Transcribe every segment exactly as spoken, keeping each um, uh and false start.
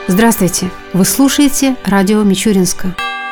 Здравствуйте! Вы слушаете радио Мичуринска.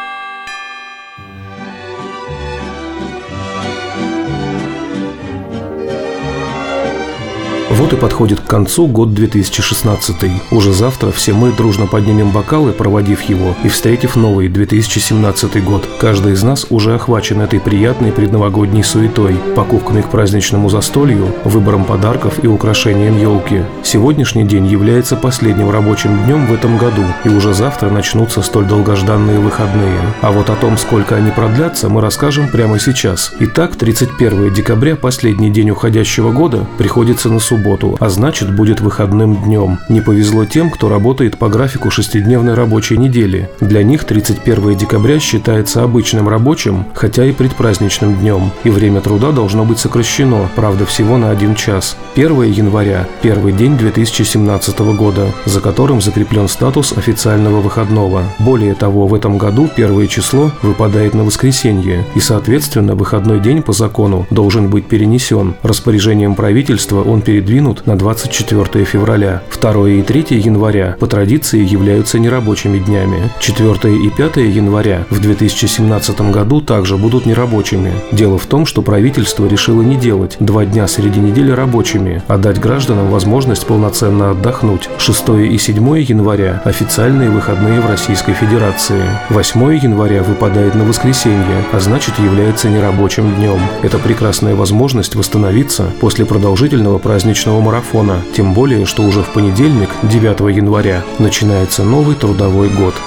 Вот и подходит к концу год две тысячи шестнадцатый. Уже завтра все мы дружно поднимем бокалы, проводив его, и встретив новый две тысячи семнадцатый год. Каждый из нас уже охвачен этой приятной предновогодней суетой, покупками к праздничному застолью, выбором подарков и украшением елки. Сегодняшний день является последним рабочим днем в этом году, и уже завтра начнутся столь долгожданные выходные. А вот о том, сколько они продлятся, мы расскажем прямо сейчас. Итак, тридцать первого декабря, последний день уходящего года, приходится на субботу. А значит, будет выходным днем. Не повезло тем, кто работает по графику шестидневной рабочей недели. Для них тридцать первого декабря считается обычным рабочим, хотя и предпраздничным днем. И время труда должно быть сокращено, правда, всего на один час. первого января – первый день две тысячи семнадцатого года, за которым закреплен статус официального выходного. Более того, в этом году первое число выпадает на воскресенье, и, соответственно, выходной день по закону должен быть перенесен. Распоряжением правительства он передвинут на двадцать четвёртого февраля. второго и третьего января по традиции являются нерабочими днями. четвёртого и пятого января в две тысячи семнадцатом году также будут нерабочими. Дело в том, что правительство решило не делать два дня среди недели рабочими, а дать гражданам возможность полноценно отдохнуть. шестого и седьмого января – официальные выходные в Российской Федерации. восьмого января выпадает на воскресенье, а значит является нерабочим днем. Это прекрасная возможность восстановиться после продолжительного праздничного марафона, тем более, что уже в понедельник, девятого января, начинается новый трудовой год.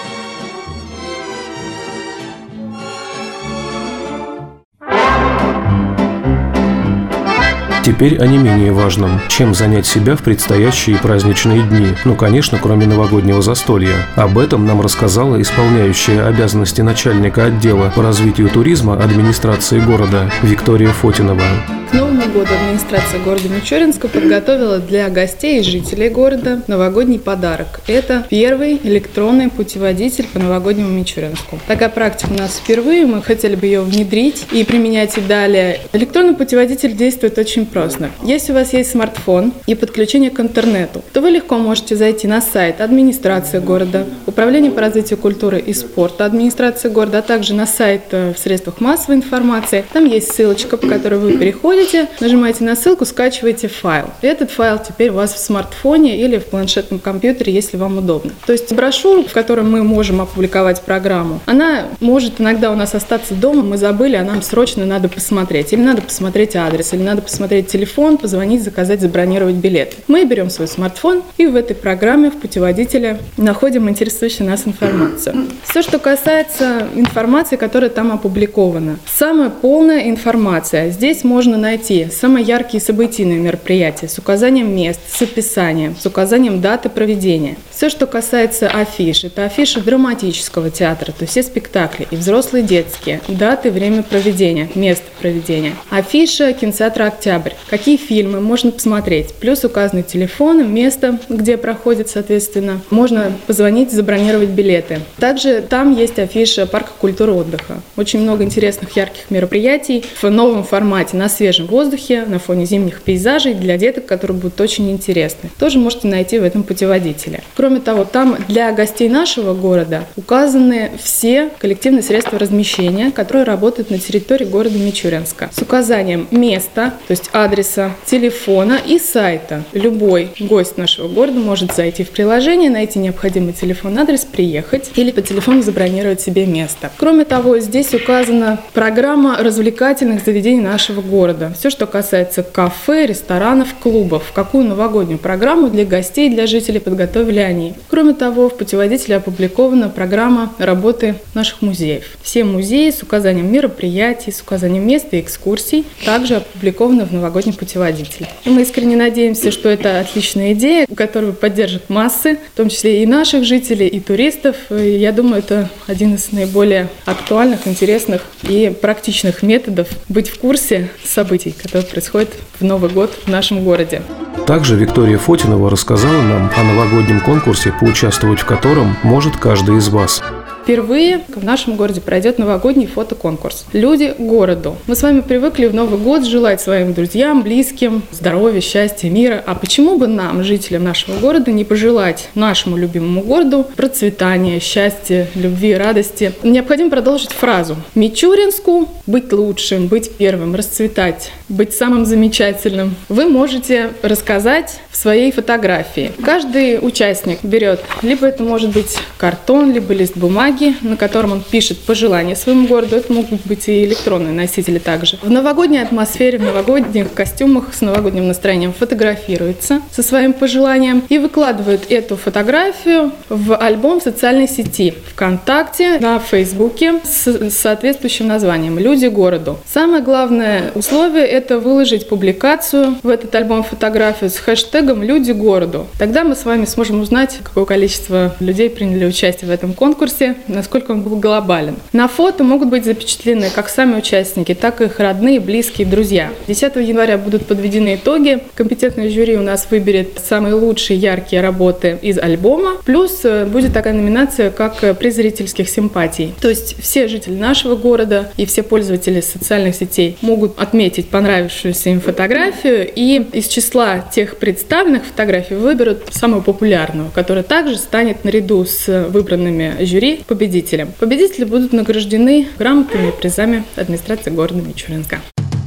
Теперь о не менее важном. Чем занять себя в предстоящие праздничные дни? Ну, конечно, кроме новогоднего застолья. Об этом нам рассказала исполняющая обязанности начальника отдела по развитию туризма администрации города Виктория Фотинова. К Новому году администрация города Мичуринска подготовила для гостей и жителей города новогодний подарок. Это первый электронный путеводитель по новогоднему Мичуринску. Такая практика у нас впервые, мы хотели бы ее внедрить и применять и далее. Электронный путеводитель действует очень просто. Если у вас есть смартфон и подключение к интернету, то вы легко можете зайти на сайт администрации города, Управление по развитию культуры и спорта администрации города, а также на сайт в средствах массовой информации. Там есть ссылочка, по которой вы переходите, нажимаете на ссылку, скачиваете файл. И этот файл теперь у вас в смартфоне или в планшетном компьютере, если вам удобно. То есть брошюру, в которой мы можем опубликовать программу, она может иногда у нас остаться дома, мы забыли, а нам срочно надо посмотреть. Или надо посмотреть адрес, или надо посмотреть телефон, позвонить, заказать, забронировать билеты. Мы берем свой смартфон и в этой программе, в путеводителе, находим интересующую нас информацию. Все, что касается информации, которая там опубликована. Самая полная информация. Здесь можно найти найти самые яркие событийные мероприятия с указанием мест, с описанием, с указанием даты проведения. Все, что касается афиш, это афиши драматического театра, то есть все спектакли, и взрослые, и детские, даты, время проведения, место проведения. Афиша кинотеатра «Октябрь», какие фильмы можно посмотреть, плюс указаны телефоны, место, где проходит, соответственно, можно позвонить, забронировать билеты. Также там есть афиша парка культуры и отдыха. Очень много интересных, ярких мероприятий в новом формате, на свежем воздухе, на фоне зимних пейзажей для деток, которые будут очень интересны. Тоже можете найти в этом путеводителе. Кроме того, там для гостей нашего города указаны все коллективные средства размещения, которые работают на территории города Мичуринска. С указанием места, то есть адреса, телефона и сайта. Любой гость нашего города может зайти в приложение, найти необходимый телефон, адрес, приехать или по телефону забронировать себе место. Кроме того, здесь указана программа развлекательных заведений нашего города. Все, что касается кафе, ресторанов, клубов, какую новогоднюю программу для гостей и для жителей подготовили они. Кроме того, в путеводителе опубликована программа работы наших музеев. Все музеи с указанием мероприятий, с указанием места и экскурсий также опубликованы в новогоднем путеводителе. И мы искренне надеемся, что это отличная идея, которую поддержат массы, в том числе и наших жителей, и туристов. И я думаю, это один из наиболее актуальных, интересных и практичных методов быть в курсе событий, которые происходят в Новый год в нашем городе. Также Виктория Фотинова рассказала нам о новогоднем конкурсе, поучаствовать в котором может каждый из вас. Впервые в нашем городе пройдет новогодний фотоконкурс «Люди городу». Мы с вами привыкли в Новый год желать своим друзьям, близким здоровья, счастья, мира. А почему бы нам, жителям нашего города, не пожелать нашему любимому городу процветания, счастья, любви, радости? Необходимо продолжить фразу: Мичуринску быть лучшим, быть первым, расцветать, быть самым замечательным. Вы можете рассказать в своей фотографии. Каждый участник берет, либо это может быть картон, либо лист бумаги, на котором он пишет пожелания своему городу. Это могут быть и электронные носители также. В новогодней атмосфере, в новогодних костюмах, с новогодним настроением фотографируется со своим пожеланием и выкладывает эту фотографию в альбом в социальной сети ВКонтакте, на Фейсбуке с соответствующим названием «Люди городу». Самое главное условие – это выложить публикацию в этот альбом фотографию с хэштегом «Люди городу». Тогда мы с вами сможем узнать, какое количество людей приняли участие в этом конкурсе, насколько он был глобален. На фото могут быть запечатлены как сами участники, так и их родные, близкие, друзья. десятого января будут подведены итоги. Компетентное жюри у нас выберет самые лучшие, яркие работы из альбома. Плюс будет такая номинация, как приз зрительских симпатий. То есть все жители нашего города и все пользователи социальных сетей могут отметить понравившуюся им фотографию, и из числа тех представленных фотографий выберут самую популярную, которая также станет наряду с выбранными жюри победителем. Победители будут награждены грамотами и призами администрации города Мичуринска.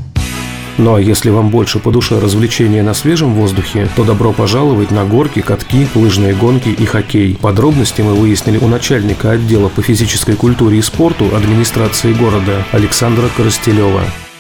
Ну а если вам больше по душе развлечения на свежем воздухе, то добро пожаловать на горки, катки, лыжные гонки и хоккей. Подробности мы выяснили у начальника отдела по физической культуре и спорту администрации города Александра Коростелева.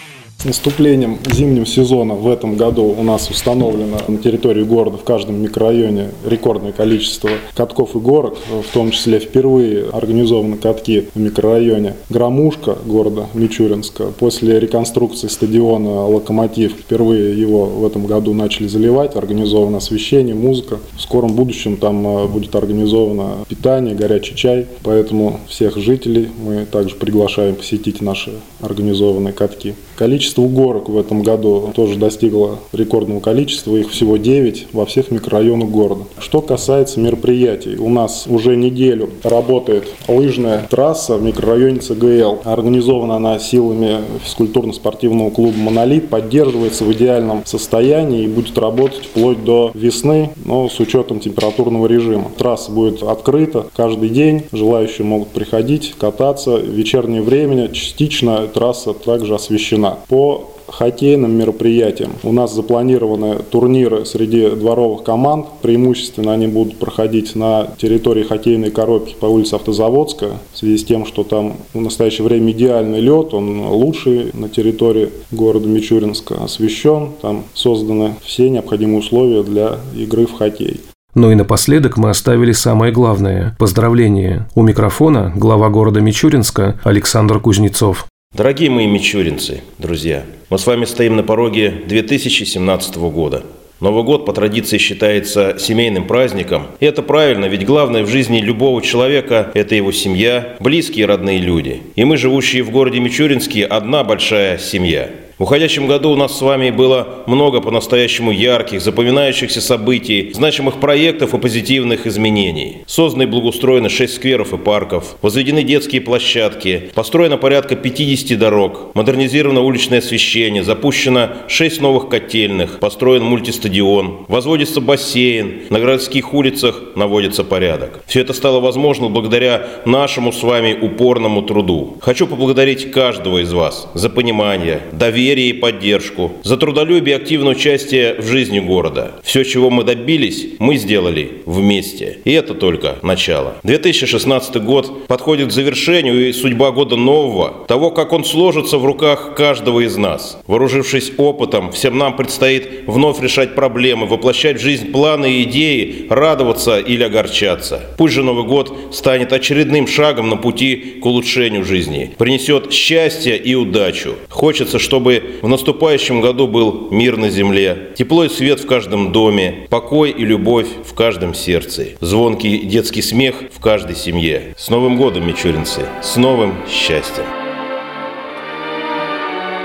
С наступлением зимнего сезона в этом году у нас установлено на территории города в каждом микрорайоне рекордное количество катков и горок, в том числе впервые организованы катки в микрорайоне Громушка города Мичуринска. После реконструкции стадиона «Локомотив» впервые его в этом году начали заливать, организовано освещение, музыка. В скором будущем там будет организовано питание, горячий чай, поэтому всех жителей мы также приглашаем посетить наши организованные катки. Количество горок в этом году тоже достигло рекордного количества, их всего девять во всех микрорайонах города. Что касается мероприятий, у нас уже неделю работает лыжная трасса в микрорайоне ЦГЛ. Организована она силами физкультурно-спортивного клуба «Монолит», поддерживается в идеальном состоянии и будет работать вплоть до весны, но с учетом температурного режима. Трасса будет открыта каждый день, желающие могут приходить, кататься. В вечернее время частично трасса также освещена. По хоккейным мероприятиям у нас запланированы турниры среди дворовых команд. Преимущественно они будут проходить на территории хоккейной коробки по улице Автозаводская, в связи с тем, что там в настоящее время идеальный лед, он лучший на территории города Мичуринска, освещен, там созданы все необходимые условия для игры в хоккей. Ну и напоследок мы оставили самое главное – поздравления. У микрофона глава города Мичуринска Александр Кузнецов. Дорогие мои мичуринцы, друзья, мы с вами стоим на пороге две тысячи семнадцатого года. Новый год по традиции считается семейным праздником. И это правильно, ведь главное в жизни любого человека – это его семья, близкие и родные люди. И мы, живущие в городе Мичуринске, одна большая семья. В уходящем году у нас с вами было много по-настоящему ярких, запоминающихся событий, значимых проектов и позитивных изменений. Созданы и благоустроены шесть скверов и парков, возведены детские площадки, построено порядка пятидесяти дорог, модернизировано уличное освещение, запущено шесть новых котельных, построен мультистадион, возводится бассейн, на городских улицах наводится порядок. Все это стало возможно благодаря нашему с вами упорному труду. Хочу поблагодарить каждого из вас за понимание, доверие и поддержку, за трудолюбие и активное участие в жизни города. Все, чего мы добились, мы сделали вместе. И это только начало. две тысячи шестнадцатый год подходит к завершению, и судьба года нового, того, как он сложится в руках каждого из нас. Вооружившись опытом, всем нам предстоит вновь решать проблемы, воплощать в жизнь планы и идеи, радоваться или огорчаться. Пусть же Новый год станет очередным шагом на пути к улучшению жизни, принесет счастье и удачу. Хочется, чтобы в наступающем году был мир на земле, тепло и свет в каждом доме, покой и любовь в каждом сердце, звонкий детский смех в каждой семье. С Новым годом, мичуринцы! С новым счастьем!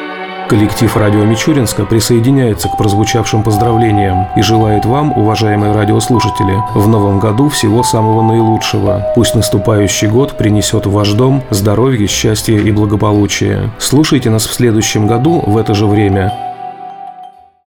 Коллектив радио Мичуринска присоединяется к прозвучавшим поздравлениям и желает вам, уважаемые радиослушатели, в новом году всего самого наилучшего. Пусть наступающий год принесет в ваш дом здоровье, счастье и благополучие. Слушайте нас в следующем году в это же время.